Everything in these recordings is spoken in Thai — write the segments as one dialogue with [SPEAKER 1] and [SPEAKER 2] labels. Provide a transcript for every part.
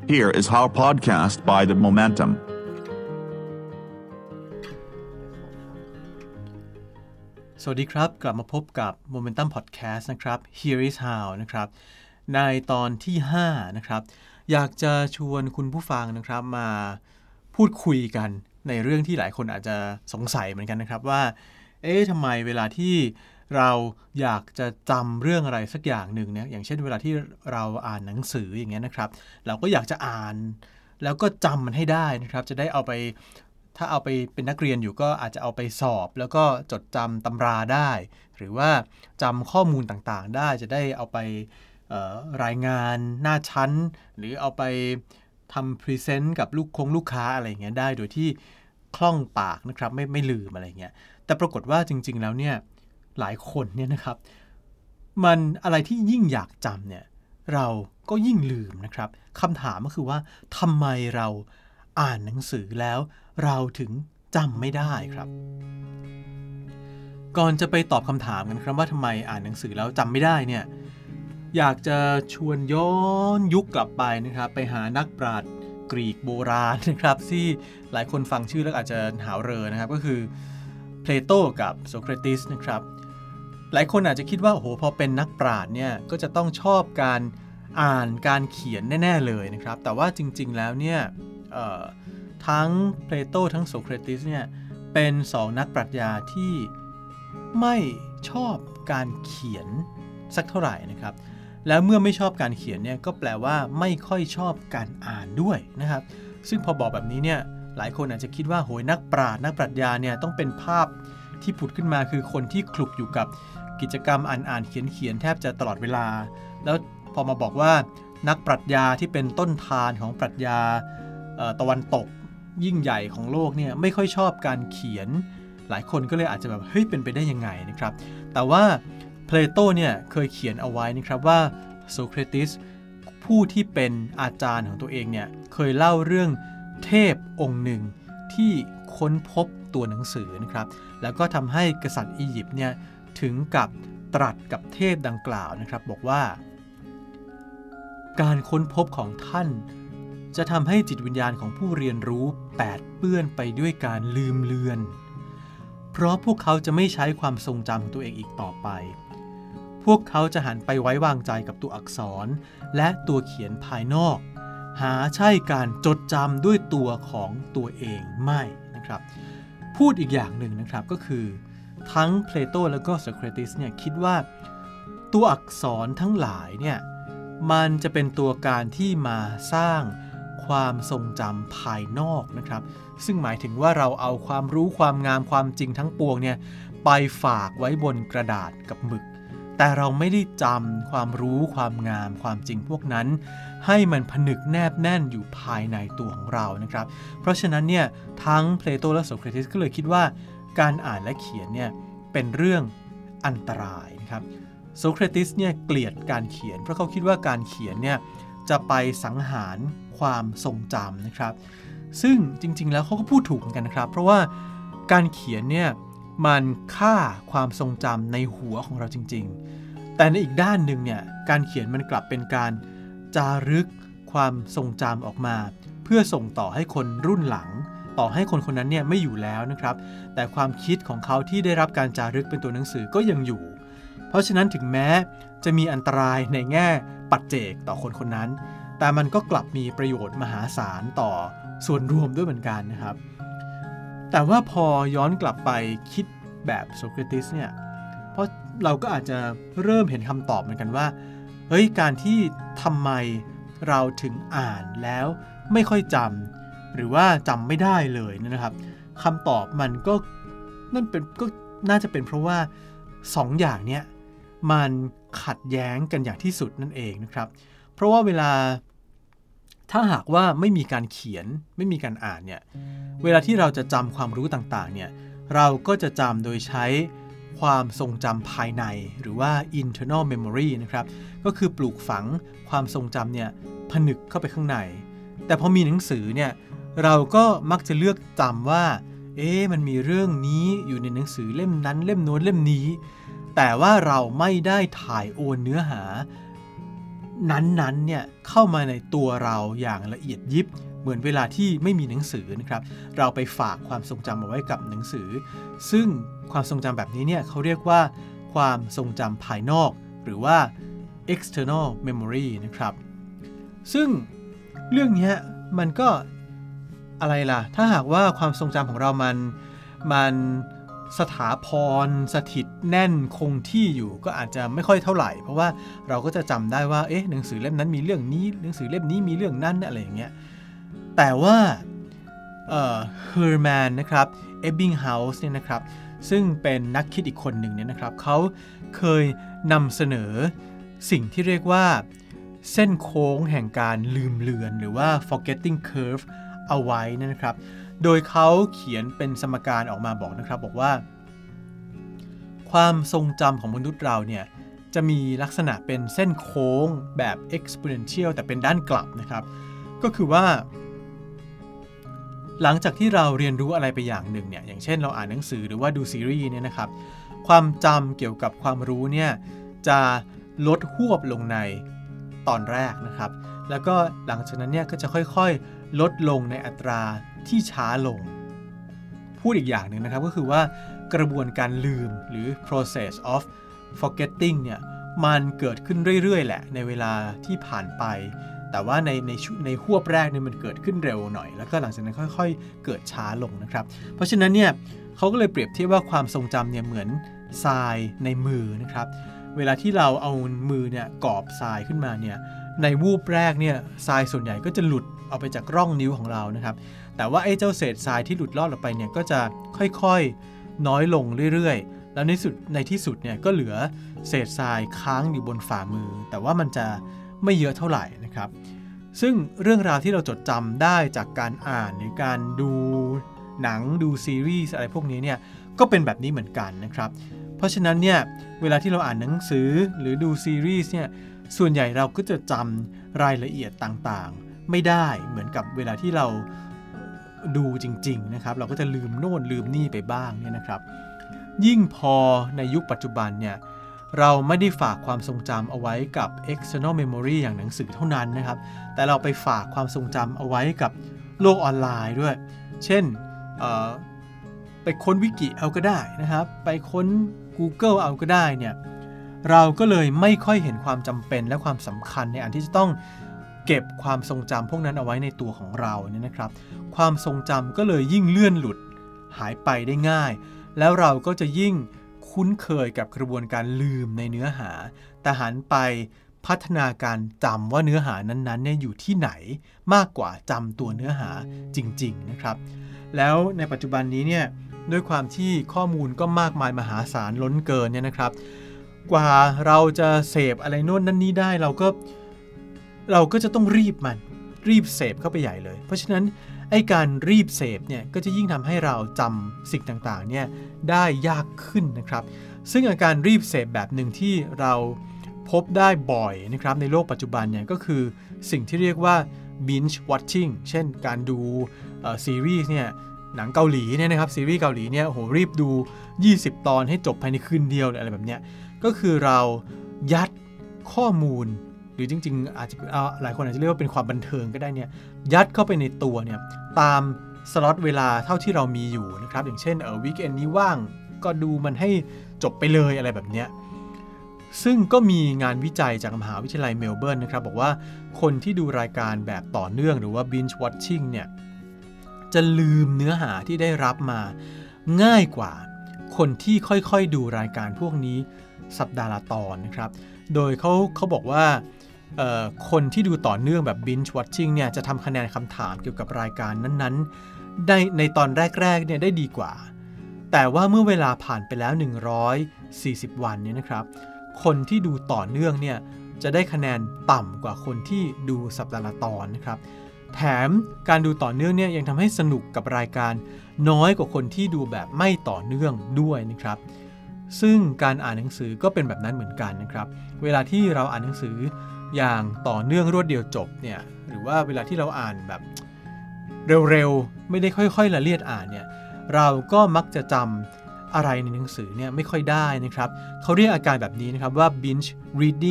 [SPEAKER 1] Here is our podcast by The Momentum.
[SPEAKER 2] สวัสดีครับกลับมาพบกับ Momentum Podcast นะครับ Here is how นะครับในตอนที่5นะครับอยากจะชวนคุณผู้ฟังนะครับมาพูดคุยกันในเรื่องที่หลายคนอาจจะสงสัยเหมือนกันนะครับว่าทำไมเวลาที่เราอยากจะจำเรื่องอะไรสักอย่างหนึ่งเนี่ยอย่างเช่นเวลาที่เราอ่านหนังสืออย่างเงี้ยนะครับเราก็อยากจะอ่านแล้วก็จำมันให้ได้นะครับจะได้เอาไปถ้าเอาไปเป็นนักเรียนอยู่ก็อาจจะเอาไปสอบแล้วก็จดจำตำราได้หรือว่าจำข้อมูลต่างๆได้จะได้เอาไปรายงานหน้าชั้นหรือเอาไปทำพรีเซนต์กับลูกค้าอะไรเงี้ยได้โดยที่คล่องปากนะครับไม่ลืมอะไรเงี้ยแต่ปรากฏว่าจริงๆแล้วเนี่ยหลายคนเนี่ยนะครับมันอะไรที่ยิ่งอยากจำเนี่ยเราก็ยิ่งลืมนะครับคำถามก็คือว่าทำไมเราอ่านหนังสือแล้วเราถึงจำไม่ได้ครับก่อนจะไปตอบคำถามกันครับว่าทำไมอ่านหนังสือแล้วจำไม่ได้เนี่ยอยากจะชวนย้อนยุคกลับไปนะครับไปหานักปราชญ์กรีกโบราณนะครับที่หลายคนฟังชื่อแล้วอาจจะหาวเรอนะครับก็คือเพลโตกับโสเครติสนะครับหลายคนอาจจะคิดว่าโอ้โหพอเป็นนักปราชญ์เนี่ยก็จะต้องชอบการอ่านการเขียนแน่ๆเลยนะครับแต่ว่าจริงๆแล้วเนี่ยทั้งเพลโตทั้งโสเครติสเนี่ยเป็น2นักปรัชญาที่ไม่ชอบการเขียนสักเท่าไหร่นะครับแล้วเมื่อไม่ชอบการเขียนเนี่ยก็แปลว่าไม่ค่อยชอบการอ่านด้วยนะครับซึ่งพอบอกแบบนี้เนี่ยหลายคนอาจจะคิดว่าโหยนักปราชญ์นักปรัชญาเนี่ยต้องเป็นภาพที่ผุดขึ้นมาคือคนที่คลุกอยู่กับกิจกรรมอ่านเขียนแทบจะตลอดเวลาแล้วพอมาบอกว่านักปรัชญาที่เป็นต้นทานของปรัชญาตะวันตกยิ่งใหญ่ของโลกเนี่ยไม่ค่อยชอบการเขียนหลายคนก็เลยอาจจะแบบเฮ้ยเป็นไปได้ยังไงนะครับแต่ว่าเพลโตเนี่ยเคยเขียนเอาไว้นะครับว่าโสเครติสผู้ที่เป็นอาจารย์ของตัวเองเนี่ยเคยเล่าเรื่องเทพองค์หนึ่งที่ค้นพบตัวหนังสือนะครับแล้วก็ทำให้กษัตริย์อียิปต์เนี่ยถึงกับตรัสกับเทพดังกล่าวนะครับบอกว่าการค้นพบของท่านจะทำให้จิตวิญญาณของผู้เรียนรู้แปดเปื้อนไปด้วยการลืมเลือนเพราะพวกเขาจะไม่ใช้ความทรงจำของตัวเองอีกต่อไปพวกเขาจะหันไปไว้วางใจกับตัวอักษรและตัวเขียนภายนอกหาใช่การจดจำด้วยตัวของตัวเองไม่นะครับพูดอีกอย่างหนึ่งนะครับก็คือทั้งเพลโตและก็โสเครติสเนี่ยคิดว่าตัวอักษรทั้งหลายเนี่ยมันจะเป็นตัวการที่มาสร้างความทรงจำภายนอกนะครับซึ่งหมายถึงว่าเราเอาความรู้ความงามความจริงทั้งปวงเนี่ยไปฝากไว้บนกระดาษกับหมึกแต่เราไม่ได้จำความรู้ความงามความจริงพวกนั้นให้มันผนึกแนบแน่นอยู่ภายในตัวของเรานะครับเพราะฉะนั้นเนี่ยทั้งเพลโตและโสเครติสก็เลยคิดว่าการอ่านและเขียนเนี่ยเป็นเรื่องอันตรายนะครับโสเครติสเนี่ยเกลียดการเขียนเพราะเขาคิดว่าการเขียนเนี่ยจะไปสังหารความทรงจำนะครับซึ่งจริงๆแล้วเขาก็พูดถูกเหมือนกันนะครับเพราะว่าการเขียนเนี่ยมันฆ่าความทรงจำในหัวของเราจริงๆแต่ในอีกด้านหนึ่งเนี่ยการเขียนมันกลับเป็นการจารึกความทรงจำออกมาเพื่อส่งต่อให้คนรุ่นหลังต่อให้คนคนนั้นเนี่ยไม่อยู่แล้วนะครับแต่ความคิดของเขาที่ได้รับการจารึกเป็นตัวหนังสือก็ยังอยู่เพราะฉะนั้นถึงแม้จะมีอันตรายในแง่ปัจเจกต่อคนคนนั้นแต่มันก็กลับมีประโยชน์มหาศาลต่อส่วนรวมด้วยเหมือนกันนะครับแต่ว่าพอย้อนกลับไปคิดแบบโสเครติสเนี่ยเพราะเราก็อาจจะเริ่มเห็นคำตอบเหมือนกันว่าเฮ้ยการที่ทำไมเราถึงอ่านแล้วไม่ค่อยจำหรือว่าจำไม่ได้เลยนะครับคำตอบมันก็น่าจะเป็นเพราะว่า2 อย่างเนี้ยมันขัดแย้งกันอย่างที่สุดนั่นเองนะครับเพราะว่าเวลาถ้าหากว่าไม่มีการเขียนไม่มีการอ่านเนี่ยเวลาที่เราจะจำความรู้ต่างๆเนี่ยเราก็จะจำโดยใช้ความทรงจำภายในหรือว่า internal memory นะครับก็คือปลูกฝังความทรงจำเนี่ยผนึกเข้าไปข้างในแต่พอมีหนังสือเนี่ยเราก็มักจะเลือกจำว่ามันมีเรื่องนี้อยู่ในหนังสือเล่มนั้นเล่มโน้นเล่มนี้แต่ว่าเราไม่ได้ถ่ายโอนเนื้อหานั้นๆเนี่ยเข้ามาในตัวเราอย่างละเอียดยิบเหมือนเวลาที่ไม่มีหนังสือนะครับเราไปฝากความทรงจำเอาไว้กับหนังสือซึ่งความทรงจำแบบนี้เนี่ยเขาเรียกว่าความทรงจำภายนอกหรือว่า external memory นะครับซึ่งเรื่องนี้มันก็อะไรล่ะถ้าหากว่าความทรงจำของเรามันสถาพรสถิตแน่นคงที่อยู่ก็อาจจะไม่ค่อยเท่าไหร่เพราะว่าเราก็จะจำได้ว่าหนังสือเล่มนั้นมีเรื่องนี้หนังสือเล่มนี้มีเรื่องนั้นอะไรอย่างเงี้ยแต่ว่าเฮอร์แมนนะครับเอบบิงเฮาส์เนี่ยนะครับซึ่งเป็นนักคิดอีกคนหนึ่งเนี่ยนะครับเขาเคยนำเสนอสิ่งที่เรียกว่าเส้นโค้งแห่งการลืมเลือนหรือว่า forgetting curve เอาไว้นะครับโดยเขาเขียนเป็นสมการออกมาบอกนะครับบอกว่าความทรงจำของมนุษย์เราเนี่ยจะมีลักษณะเป็นเส้นโค้งแบบ exponential แต่เป็นด้านกลับนะครับก็คือว่าหลังจากที่เราเรียนรู้อะไรไปอย่างหนึ่งเนี่ยอย่างเช่นเราอ่านหนังสือหรือว่าดูซีรีส์เนี่ยนะครับความจำเกี่ยวกับความรู้เนี่ยจะลดหวบลงในตอนแรกนะครับแล้วก็หลังจากนั้นเนี่ยก็จะค่อยๆลดลงในอัตราที่ช้าลงพูดอีกอย่างหนึ่งนะครับก็คือว่ากระบวนการลืมหรือ process of forgetting เนี่ยมันเกิดขึ้นเรื่อยๆแหละในเวลาที่ผ่านไปแต่ว่าในหวบแรกเนี่ยมันเกิดขึ้นเร็วหน่อยแล้วก็หลังจากนั้นค่อยๆเกิดช้าลงนะครับเพราะฉะนั้นเนี่ยเขาก็เลยเปรียบเทียบว่าความทรงจำเนี่ยเหมือนทรายในมือนะครับเวลาที่เราเอามือเนี่ยกอบทรายขึ้นมาเนี่ยในวูบแรกเนี่ยทรายส่วนใหญ่ก็จะหลุดออกไปจากร่องนิ้วของเรานะครับแต่ว่าไอ้เจ้าเศษทรายที่หลุดลอดออกไปเนี่ยก็จะค่อยๆน้อยลงเรื่อยๆแล้วในที่สุดเนี่ยก็เหลือเศษทรายค้างอยู่บนฝ่ามือแต่ว่ามันจะไม่เยอะเท่าไหร่นะครับซึ่งเรื่องราวที่เราจดจำได้จากการอ่านหรือการดูหนังดูซีรีส์อะไรพวกนี้เนี่ยก็เป็นแบบนี้เหมือนกันนะครับเพราะฉะนั้นเนี่ยเวลาที่เราอ่านหนังสือหรือดูซีรีส์เนี่ยส่วนใหญ่เราก็จะจำรายละเอียดต่างๆไม่ได้เหมือนกับเวลาที่เราดูจริงๆนะครับเราก็จะลืมโน่นลืมนี่ไปบ้างเนี่ยนะครับยิ่งพอในยุคปัจจุบันเนี่ยเราไม่ได้ฝากความทรงจำเอาไว้กับ external memory อย่างหนังสือเท่านั้นนะครับแต่เราไปฝากความทรงจำเอาไว้กับโลกออนไลน์ด้วยเช่นไปค้นวิกิเอาก็ได้นะครับไปค้น Google เอาก็ได้เนี่ยเราก็เลยไม่ค่อยเห็นความจำเป็นและความสำคัญในอันที่จะต้องเก็บความทรงจำพวกนั้นเอาไว้ในตัวของเราเนี่ยนะครับความทรงจำก็เลยยิ่งเลื่อนหลุดหายไปได้ง่ายแล้วเราก็จะยิ่งคุ้นเคยกับกระบวนการลืมในเนื้อหาแต่หันไปพัฒนาการจำว่าเนื้อหานั้นๆเนี่ยอยู่ที่ไหนมากกว่าจำตัวเนื้อหาจริงๆนะครับแล้วในปัจจุบันนี้เนี่ยด้วยความที่ข้อมูลก็มากมายมหาศาลล้นเกินเนี่ยนะครับกว่าเราจะเสพอะไรโน่นนั่นนี้ได้เราก็จะต้องรีบเสพเข้าไปใหญ่เลยเพราะฉะนั้นไอ้การรีบเสพเนี่ยก็จะยิ่งทำให้เราจำสิ่งต่างๆเนี่ยได้ยากขึ้นนะครับซึ่งอาการรีบเสพแบบหนึ่งที่เราพบได้บ่อยนะครับในโลกปัจจุบันเนี่ยก็คือสิ่งที่เรียกว่า binge watching เช่นการดูซีรีส์เนี่ยหนังเกาหลีเนี่ยนะครับซีรีส์เกาหลีเนี่ยโหรีบดู20ตอนให้จบภายในคืนเดียวหรืออะไรแบบเนี้ยก็คือเรายัดข้อมูลหรือจริงๆอาจจะหลายคนอาจจะเรียกว่าเป็นความบันเทิงก็ได้เนี่ยยัดเข้าไปในตัวเนี่ยตามสล็อตเวลาเท่าที่เรามีอยู่นะครับอย่างเช่นวีคเอนด์นี้ว่างก็ดูมันให้จบไปเลยอะไรแบบเนี้ยซึ่งก็มีงานวิจัยจากมหาวิทยาลัยเมลเบิร์นนะครับบอกว่าคนที่ดูรายการแบบต่อเนื่องหรือว่า binge watching เนี่ยจะลืมเนื้อหาที่ได้รับมาง่ายกว่าคนที่ค่อยๆดูรายการพวกนี้สัปดาห์ละตอนนะครับโดยเขาบอกว่าคนที่ดูต่อเนื่องแบบ binge watching เนี่ยจะทำคะแนนคำถามเกี่ยวกับรายการนั้นๆได้ในตอนแรกๆเนี่ยได้ดีกว่าแต่ว่าเมื่อเวลาผ่านไปแล้ว140วันเนี่ยนะครับคนที่ดูต่อเนื่องเนี่ยจะได้คะแนนต่ำกว่าคนที่ดูสัปดาห์ละตอนนะครับแถมการดูต่อเนื่องเนี่ยยังทำให้สนุกกับรายการน้อยกว่าคนที่ดูแบบไม่ต่อเนื่องด้วยนะครับซึ่งการอ่านหนังสือก็เป็นแบบนั้นเหมือนกันนะครับเวลาที่เราอ่านหนังสืออย่างต่อเนื่องรวดเดียวจบเนี่ยหรือว่าเวลาที่เราอ่านแบบเร็วๆไม่ได้ค่อยๆละเลียดอ่านเนี่ยเราก็มักจะจำอะไรในหนังสือเนี่ยไม่ค่อยได้นะครับเขาเรียกอาการแบบนี้นะครับว่า binge reading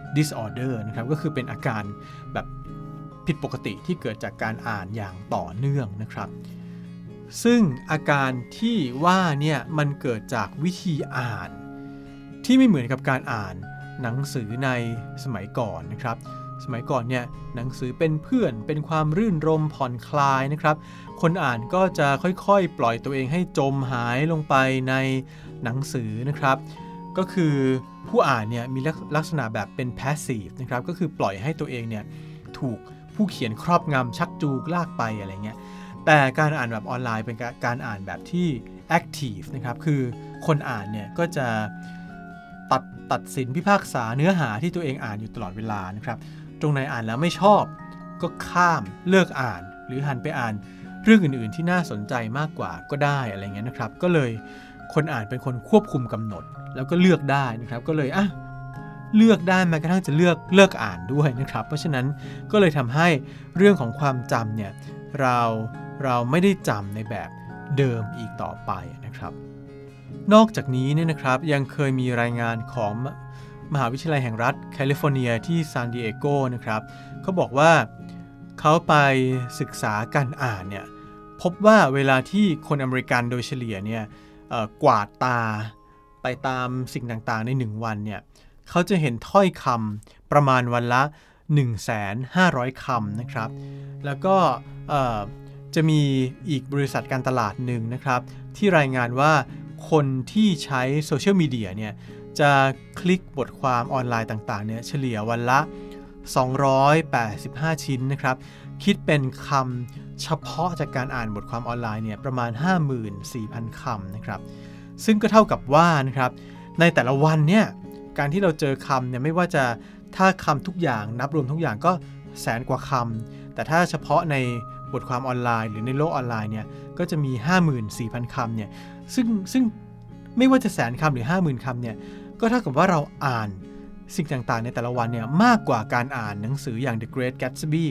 [SPEAKER 2] disorder นะครับก็คือเป็นอาการแบบผิดปกติที่เกิดจากการอ่านอย่างต่อเนื่องนะครับซึ่งอาการที่ว่าเนี่ยมันเกิดจากวิธีอ่านที่ไม่เหมือนกับการอ่านหนังสือในสมัยก่อนนะครับสมัยก่อนเนี่ยหนังสือเป็นเพื่อนเป็นความรื่นรมผ่อนคลายนะครับคนอ่านก็จะค่อยๆปล่อยตัวเองให้จมหายลงไปในหนังสือนะครับก็คือผู้อ่านเนี่ยมีลักษณะแบบเป็น passive นะครับก็คือปล่อยให้ตัวเองเนี่ยถูกผู้เขียนครอบงำชักจูงลากไปอะไรเงี้ยแต่การอ่านแบบออนไลน์เป็นการอ่านแบบที่ active นะครับคือคนอ่านเนี่ยก็จะตัดสินพิพากษาเนื้อหาที่ตัวเองอ่านอยู่ตลอดเวลานะครับตรงไหนอ่านแล้วไม่ชอบก็ข้ามเลิกอ่านหรือหันไปอ่านเรื่องอื่นๆที่น่าสนใจมากกว่าก็ได้อะไรเงี้ยนะครับก็เลยคนอ่านเป็นคนควบคุมกำหนดแล้วก็เลือกได้นะครับก็เลยเลือกได้แม้กระทั่งจะเลิกอ่านด้วยนะครับเพราะฉะนั้นก็เลยทำให้เรื่องของความจำเนี่ยเราไม่ได้จำในแบบเดิมอีกต่อไปนะครับนอกจากนี้เนี่ยนะครับยังเคยมีรายงานของมหาวิทยาลัยแห่งรัฐแคลิฟอร์เนียที่ซานดิเอโกนะครับเขาบอกว่าเขาไปศึกษาการอ่านเนี่ยพบว่าเวลาที่คนอเมริกันโดยเฉลี่ยเนี่ยกวาดตาไปตามสิ่งต่างๆใน1วันเนี่ยเขาจะเห็นถ้อยคำประมาณวันละ 1,500 คำนะครับแล้วก็จะมีอีกบริษัทการตลาดหนึ่งนะครับที่รายงานว่าคนที่ใช้โซเชียลมีเดียเนี่ยจะคลิกบทความออนไลน์ต่างๆเนี่ยเฉลี่ยวันละ285ชิ้นนะครับคิดเป็นคำเฉพาะจากการอ่านบทความออนไลน์เนี่ยประมาณ 54,000 คำนะครับซึ่งก็เท่ากับว่านะครับในแต่ละวันเนี่ยการที่เราเจอคำเนี่ยไม่ว่าจะถ้าคำทุกอย่างนับรวมทุกอย่างก็แสนกว่าคำแต่ถ้าเฉพาะในบทความออนไลน์หรือในโลกออนไลน์เนี่ยก็จะมี 54,000 คำเนี่ยซึ่งไม่ว่าจะแสนคำหรือ 50,000 คำเนี่ยก็เท่ากับว่าเราอ่านสิ่งต่างๆในแต่ละวันเนี่ยมากกว่าการอ่านหนังสืออย่าง The Great Gatsby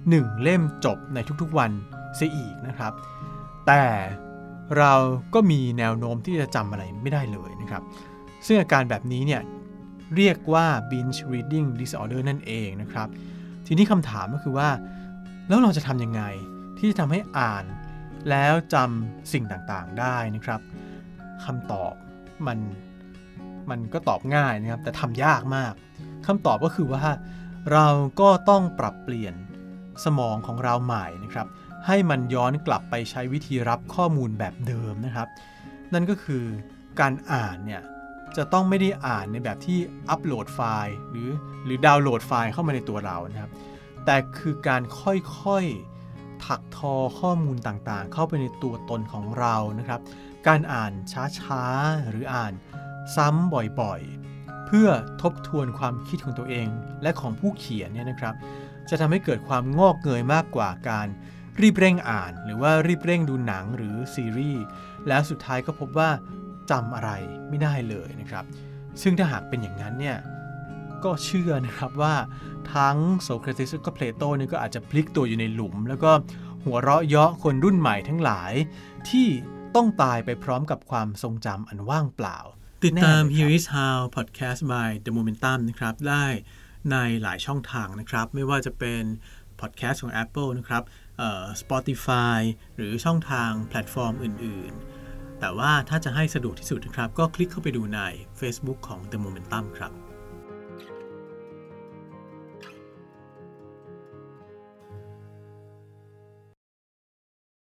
[SPEAKER 2] 1 เล่มจบในทุกๆวันเสียอีกนะครับแต่เราก็มีแนวโน้มที่จะจำอะไรไม่ได้เลยนะครับซึ่งอาการแบบนี้เนี่ยเรียกว่า binge reading disorder นั่นเองนะครับทีนี้คำถามก็คือว่าแล้วเราจะทำยังไงที่จะทำให้อ่านแล้วจำสิ่งต่างๆได้นะครับคำตอบมันก็ตอบง่ายนะครับแต่ทำยากมากคำตอบก็คือว่าเราก็ต้องปรับเปลี่ยนสมองของเราใหม่นะครับให้มันย้อนกลับไปใช้วิธีรับข้อมูลแบบเดิมนะครับนั่นก็คือการอ่านเนี่ยจะต้องไม่ได้อ่านในแบบที่อัปโหลดไฟล์หรือดาวน์โหลดไฟล์เข้ามาในตัวเรานะครับแต่คือการค่อยๆถักทอข้อมูลต่างๆเข้าไปในตัวตนของเรานะครับการอ่านช้าๆหรืออ่านซ้ำบ่อยๆเพื่อทบทวนความคิดของตัวเองและของผู้เขียนเนี่ยนะครับจะทำให้เกิดความงอกเงยมากกว่าการรีบเร่งอ่านหรือว่ารีบเร่งดูหนังหรือซีรีส์แล้วสุดท้ายก็พบว่าจำอะไรไม่ได้เลยนะครับซึ่งถ้าหากเป็นอย่างนั้นเนี่ยก็เชื่อนะครับว่าทั้งโสเคราติสและก็เพลโตเนี่ยก็อาจจะพลิกตัวอยู่ในหลุมแล้วก็หัวเราะเยาะคนรุ่นใหม่ทั้งหลายที่ต้องตายไปพร้อมกับความทรงจำอันว่างเปล่าติดตาม Here is How Podcast by The Momentum นะครับได้ในหลายช่องทางนะครับไม่ว่าจะเป็น Podcast ของ Apple นะครับSpotify หรือช่องทางแพลตฟอร์มอื่นๆแต่ว่าถ้าจะให้สะดวกที่สุดนะครับก็คลิกเข้าไปดูใน Facebook ของ The Momentum ครับ